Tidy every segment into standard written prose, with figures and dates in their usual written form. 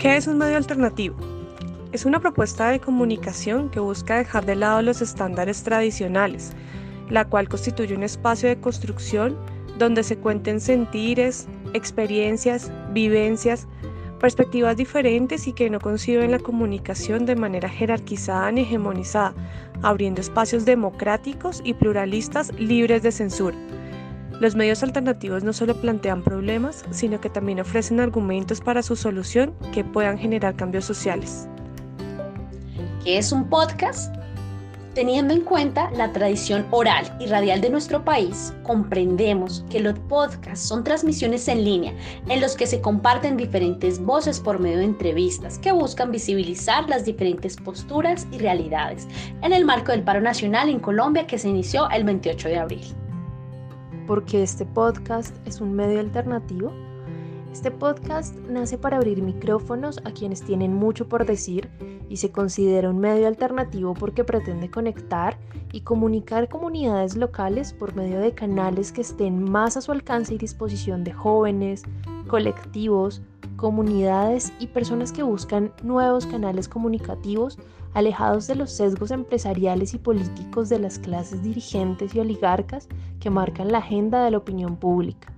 ¿Qué es un medio alternativo? Es una propuesta de comunicación que busca dejar de lado los estándares tradicionales, la cual constituye un espacio de construcción donde se cuenten sentires, experiencias, vivencias, perspectivas diferentes y que no conciben la comunicación de manera jerarquizada ni hegemonizada, abriendo espacios democráticos y pluralistas libres de censura. Los medios alternativos no solo plantean problemas, sino que también ofrecen argumentos para su solución que puedan generar cambios sociales. ¿Qué es un podcast? Teniendo en cuenta la tradición oral y radial de nuestro país, comprendemos que los podcasts son transmisiones en línea en los que se comparten diferentes voces por medio de entrevistas que buscan visibilizar las diferentes posturas y realidades en el marco del paro nacional en Colombia que se inició el 28 de abril. ¿Por qué este podcast es un medio alternativo? Este podcast nace para abrir micrófonos a quienes tienen mucho por decir y se considera un medio alternativo porque pretende conectar y comunicar comunidades locales por medio de canales que estén más a su alcance y disposición de jóvenes, colectivos, comunidades y personas que buscan nuevos canales comunicativos alejados de los sesgos empresariales y políticos de las clases dirigentes y oligarcas que marcan la agenda de la opinión pública.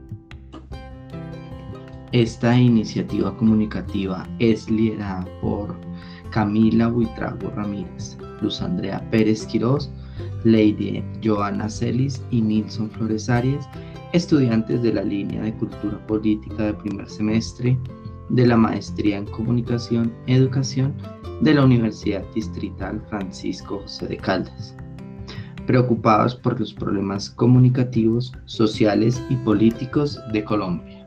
Esta iniciativa comunicativa es liderada por Camila Buitrago Ramírez, Luz Andrea Pérez Quirós, Lady Joana Celis y Nilson Flores Arias, estudiantes de la línea de Cultura Política de primer semestre de la Maestría en Comunicación y Educación de la Universidad Distrital Francisco José de Caldas, preocupados por los problemas comunicativos, sociales y políticos de Colombia.